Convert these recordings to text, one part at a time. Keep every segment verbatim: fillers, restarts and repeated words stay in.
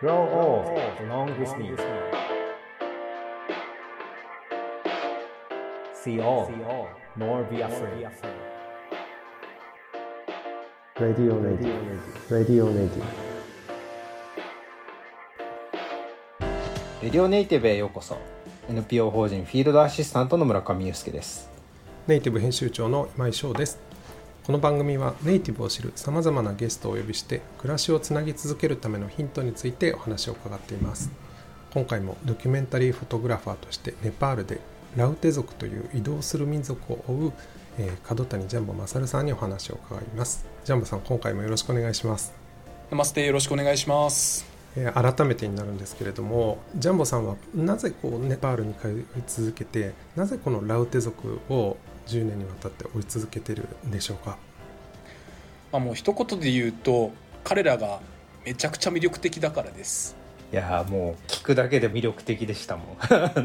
Grow old along with me. See all, nor be afraid. Radio Native Radio Native レディオネイティブへようこそ。 エヌピーオー 法人フィールドアシスタントの村上祐介です。 ネイティブ編集長の今井翔です。この番組はネイティブを知るさまざまなゲストをお呼びして暮らしをつなぎ続けるためのヒントについてお話を伺っています。今回もドキュメンタリーフォトグラファーとしてネパールでラウテ族という移動する民族を追う、えー、角谷ジャンボ勝さんにお話を伺います。ジャンボさん、今回もよろしくお願いします。 ナマステ、よろしくお願いします。 えー、改めてになるんですけれども、ジャンボさんはなぜこうネパールに通い続けて、なぜこのラウテ族をじゅうねんにわたって追い続けているんでしょうか。 まあ、もう一言で言うと、彼らがめちゃくちゃ魅力的だからです。 いやもう聞くだけで魅力的でしたもん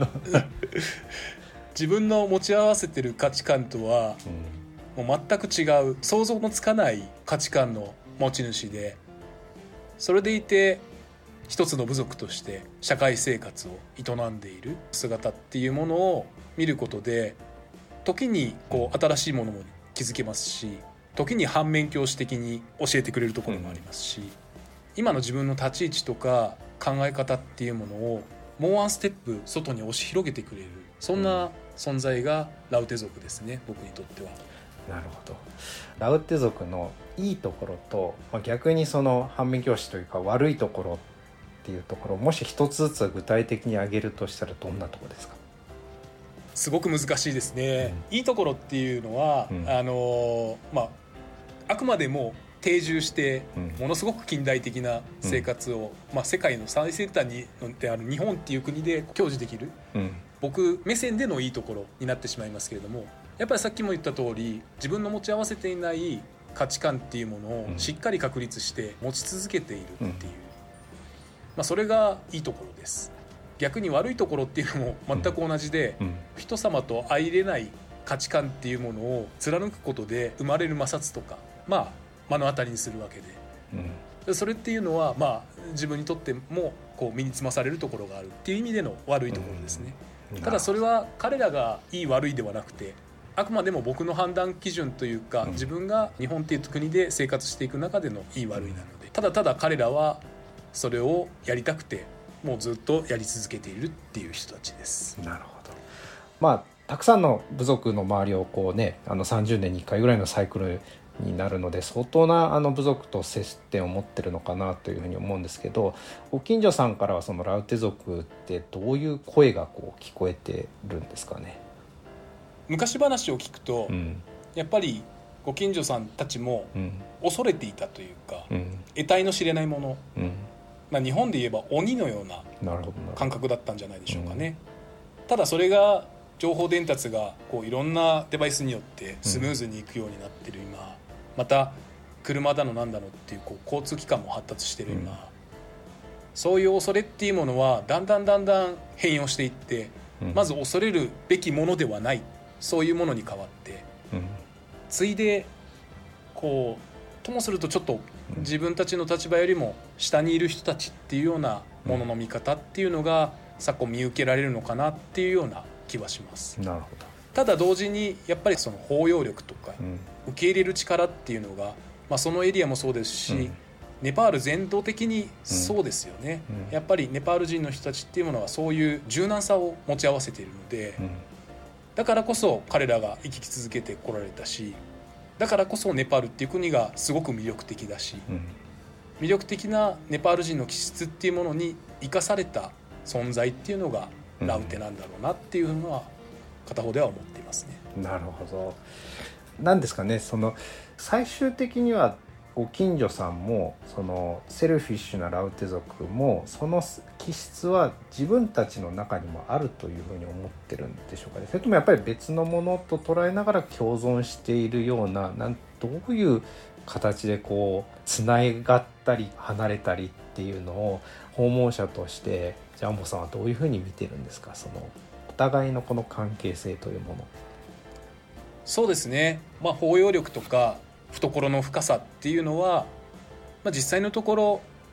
自分の持ち合わせてる価値観とは、うん、もう全く違う想像のつかない価値観の持ち主で、それでいて一つの部族として社会生活を営んでいる姿っていうものを見ることで、時にこう新しいものも気づけますし、時に反面教師的に教えてくれるところもありますし、うん、今の自分の立ち位置とか考え方っていうものをもうワンステップ外に押し広げてくれる、そんな存在がラウテ族ですね、僕にとっては。 なるほど。ラウテ族のいいところと、まあ、逆にその反面教師というか悪いところっていうところ、もし一つずつ具体的に挙げるとしたらどんなところですか。 すごく難しいですね、うん、いいところっていうのは、うん、あのまああくまでも定住してものすごく近代的な生活を、うんまあ、世界の最先端にである日本っていう国で享受できる、うん、僕目線でのいいところになってしまいますけれども、やっぱりさっきも言った通り、自分の持ち合わせていない価値観っていうものをしっかり確立して持ち続けているっていう、うんまあ、それがいいところです。逆に悪いところっていうのも全く同じで、うんうん、人様と相入れない価値観っていうものを貫くことで生まれる摩擦とか、まあ、目の当たりにするわけで、うん、それっていうのは、まあ、自分にとってもこう身につまされるところがあるっていう意味での悪いところですね、うん、ただそれは彼らがいい悪いではなくて、あくまでも僕の判断基準というか、うん、自分が日本っていう国で生活していく中でのいい悪いなので、ただただ彼らはそれをやりたくてもうずっとやり続けているっていう人たちです。 なるほど。まあたくさんの部族の周りをこうね、あのさんじゅうねんにいっかいぐらいのサイクルになるので、相当なあの部族と接点を持ってるのかなというふうに思うんですけど、ご近所さんからはそのラウテ族ってどういう声がこう聞こえてるんですかね。 昔話を聞くと、うん、やっぱりご近所さんたちも恐れていたというか、うん、得体の知れないもの、うんまあ、日本で言えば鬼のような感覚だったんじゃないでしょうかね、うん、ただそれが情報伝達がこういろんなデバイスによってスムーズにいくようになってる今、うん、また車だのなんだのっていう、こう交通機関も発達してる今、うん、そういう恐れっていうものはだんだんだんだん変容していって、うん、まず恐れるべきものではない、そういうものに変わって、うん、ついでこうともするとちょっと自分たちの立場よりも下にいる人たちっていうようなものの見方っていうのが昨今見受けられるのかなっていうような気はします。 なるほど。 ただ同時にやっぱりその包容力とか受け入れる力っていうのが、まあ、そのエリアもそうですし、うん、ネパール全土的にそうですよね、うんうん、やっぱりネパール人の人たちっていうものはそういう柔軟さを持ち合わせているので、うん、だからこそ彼らが生き続けてこられたし、だからこそネパールっていう国がすごく魅力的だし、うん、魅力的なネパール人の気質っていうものに生かされた存在っていうのがラウテなんだろうなっていうのは片方では思っていますね。 なるほど。なんですかね、その最終的にはご近所さんもそのセルフィッシュなラウテ族もその気質は自分たちの中にもあるというふうに思ってるんでしょうかね。それともやっぱり別のものと捉えながら共存しているような、なんどういう形でこうつながったり離れたりっていうのを訪問者としてジャンボさんはどういうふうに見てるんですか。そのお互いのこの関係性というもの。 そうですね、まあ、包容力とか懐の深さっていうのは、まあ、実際のところ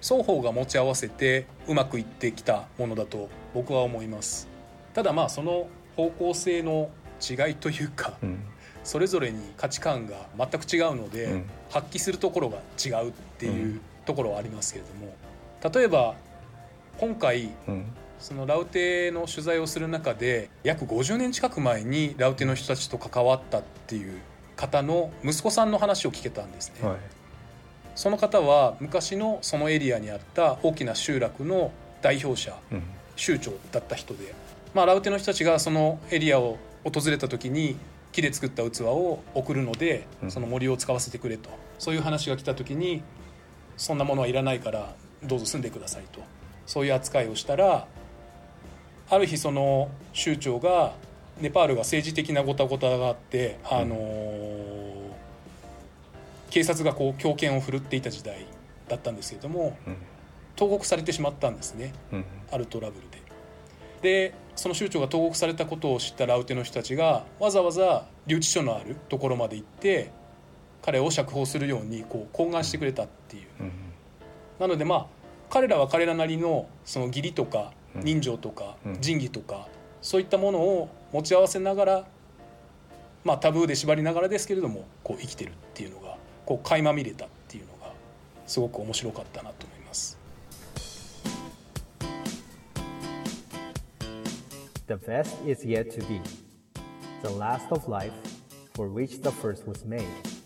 双方が持ち合わせてうまくいってきたものだと僕は思います。ただまあその方向性の違いというか、うん、それぞれに価値観が全く違うので、うん、発揮するところが違うっていうところはありますけれども、例えば今回、うん、そのラウテの取材をする中で約ごじゅうねん近く前にラウテの人たちと関わったっていう方の息子さんの話を聞けたんですね、はい、その方は昔のそのエリアにあった大きな集落の代表者、うん、酋長だった人で、まあ、ラウテの人たちがそのエリアを訪れた時に木で作った器を送るので、うん、その森を使わせてくれと、そういう話が来た時にそんなものはいらないからどうぞ住んでくださいと、そういう扱いをしたら、ある日その酋長がネパールが政治的なごたごたがあって、うん、あのー、警察がこう強権を振るっていた時代だったんですけれども、うん、投獄されてしまったんですね、うん、あるトラブルで。でその酋長が投獄されたことを知ったラウテの人たちがわざわざ留置所のあるところまで行って彼を釈放するようにこう懇願してくれたっていう、うん、なのでまあ彼らは彼らなりのその義理とか人情とか仁義とかそういったものを持ち合わせながら、まあ、タブーで縛りながらですけれどもこう生きてるっていうのがこう垣間見れたっていうのがすごく面白かったなと思います。 The best is yet to be, the last of life for which the first was made.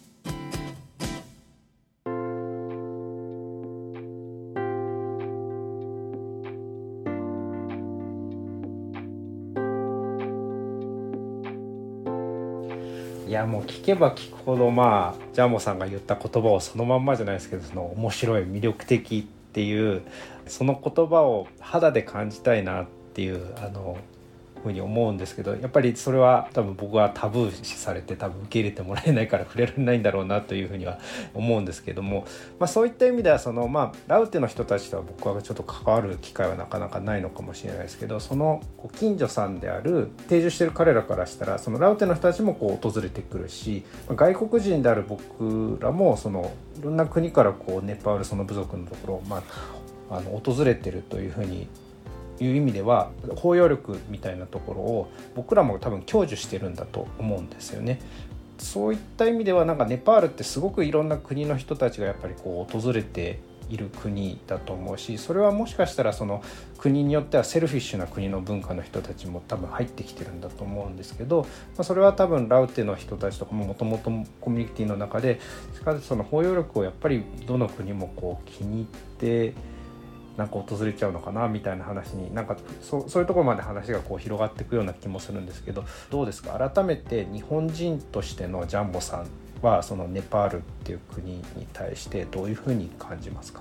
いやもう聞けば聞くほど、まあジャンボさんが言った言葉をそのまんまじゃないですけど、その面白い魅力的っていうその言葉を肌で感じたいなっていうあのふうに思うんですけど、やっぱりそれは多分僕はタブー視されて多分受け入れてもらえないから触れられないんだろうなというふうには思うんですけども、まあ、そういった意味ではその、まあ、ラウテの人たちとは僕はちょっと関わる機会はなかなかないのかもしれないですけど、そのご近所さんである定住している彼らからしたらそのラウテの人たちもこう訪れてくるし、外国人である僕らもそのいろんな国からこうネパールその部族のところを、まあ、あの訪れてるというふうにいう意味では包容力みたいなところを僕らも多分享受してるんだと思うんですよね。そういった意味ではなんかネパールってすごくいろんな国の人たちがやっぱりこう訪れている国だと思うし、それはもしかしたらその国によってはセルフィッシュな国の文化の人たちも多分入ってきてるんだと思うんですけど、まあ、それは多分ラウテの人たちとかももともとコミュニティの中でしかしその包容力をやっぱりどの国もこう気に入ってなんか訪れちゃうのかなみたいな話になんか そ, そういうところまで話がこう広がっていくような気もするんですけど、どうですか、改めて日本人としてのジャンボさんはそのネパールっていう国に対してどういうふうに感じますか？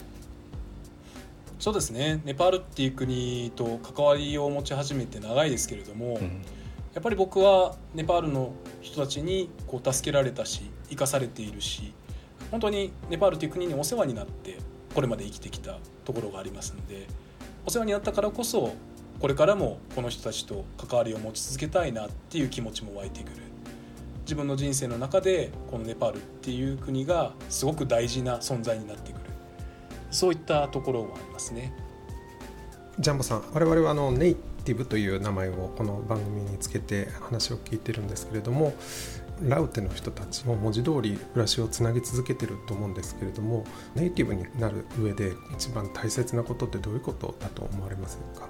そうですね、ネパールっていう国と関わりを持ち始めて長いですけれども、うん、やっぱり僕はネパールの人たちにこう助けられたし生かされているし、本当にネパールという国にお世話になってこれまで生きてきたところがありますので、お世話になったからこそこれからもこの人たちと関わりを持ち続けたいなっていう気持ちも湧いてくる。自分の人生の中でこのネパールっていう国がすごく大事な存在になってくる、そういったところはありますね。 ジャンボさん、我々はあのネイティブという名前をこの番組につけて話を聞いてるんですけれども、ラウテの人たちも文字通り暮らしをつなぎ続けてると思うんですけれども、ネイティブになる上で一番大切なことってどういうことだと思われますか？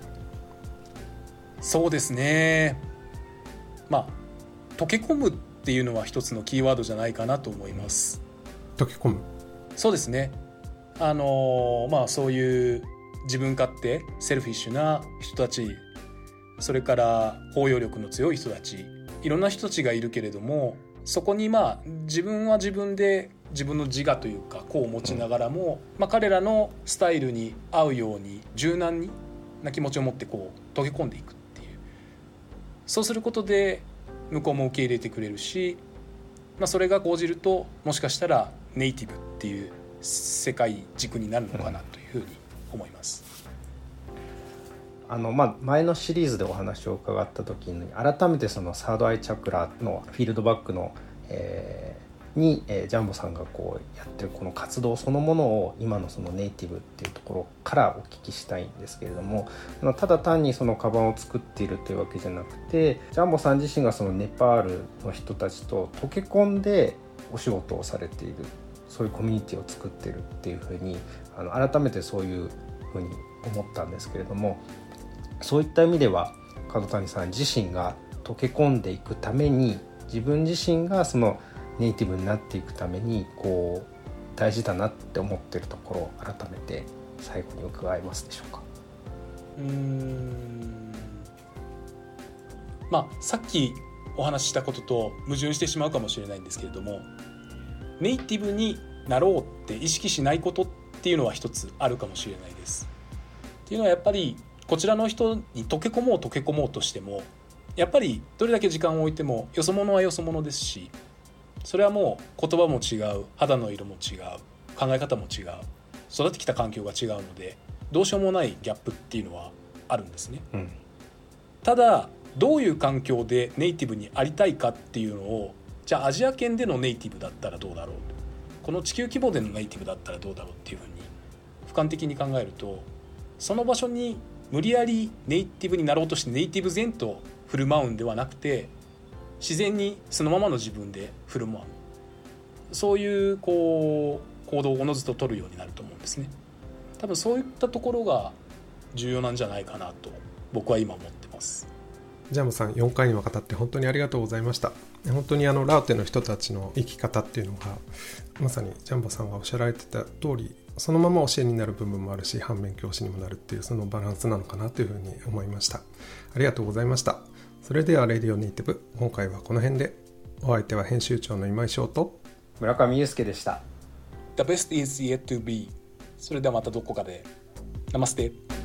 そうですね、まあ溶け込むっていうのは一つのキーワードじゃないかなと思います。 溶け込む、 そうですね、あのまあそういう自分勝手セルフィッシュな人たち、それから包容力の強い人たち、いろんな人たちがいるけれども、そこにまあ自分は自分で自分の自我というか個を持ちながらも、まあ、彼らのスタイルに合うように柔軟にな気持ちを持ってこう溶け込んでいくっていう、そうすることで向こうも受け入れてくれるし、まあ、それが講じるともしかしたらネイティブっていう世界軸になるのかなというふうに思います。 あのまあ、前のシリーズでお話を伺った時に改めてそのサードアイチャクラのフィールドバックの、えー、 に、えー、ジャンボさんがこうやってるこの活動そのものを今のそのネイティブっていうところからお聞きしたいんですけれども、ただ単にそのカバンを作っているというわけじゃなくて、ジャンボさん自身がそのネパールの人たちと溶け込んでお仕事をされている、そういうコミュニティを作ってるっていうふうにあの改めてそういうふうに思ったんですけれども、そういった意味では角谷さん自身が溶け込んでいくために、自分自身がそのネイティブになっていくためにこう大事だなって思っているところを改めて最後に伺えますでしょうか。 うーんまあさっきお話ししたことと矛盾してしまうかもしれないんですけれども、ネイティブになろうって意識しないことっていうのは一つあるかもしれないです。っていうのはやっぱりこちらの人に溶け込もう溶け込もうとしても、やっぱりどれだけ時間を置いてもよそ者はよそ者ですし、それはもう言葉も違う、肌の色も違う、考え方も違う、育ってきた環境が違うのでどうしようもないギャップっていうのはあるんですね、うん、ただどういう環境でネイティブにありたいかっていうのを、じゃあアジア圏でのネイティブだったらどうだろう、この地球規模でのネイティブだったらどうだろうっていうふうに俯瞰的に考えると、その場所に無理やりネイティブになろうとしてネイティブ前と振る舞うんではなくて、自然にそのままの自分で振る舞う、そういうこう行動をおのずと取るようになると思うんですね。多分そういったところが重要なんじゃないかなと僕は今思ってます。 ジャンボさん、よんかいにわたって本当にありがとうございました。本当にあのラウテの人たちの生き方っていうのがまさにジャンボさんがおっしゃられてた通り、そのまま教えになる部分もあるし、反面教師にもなるっていう、そのバランスなのかなというふうに思いました。ありがとうございました。それではレディオネイティブ、今回はこの辺で。お相手は編集長の今井翔と村上祐介でした。 The best is yet to be。 それではまたどこかで。ナマステ。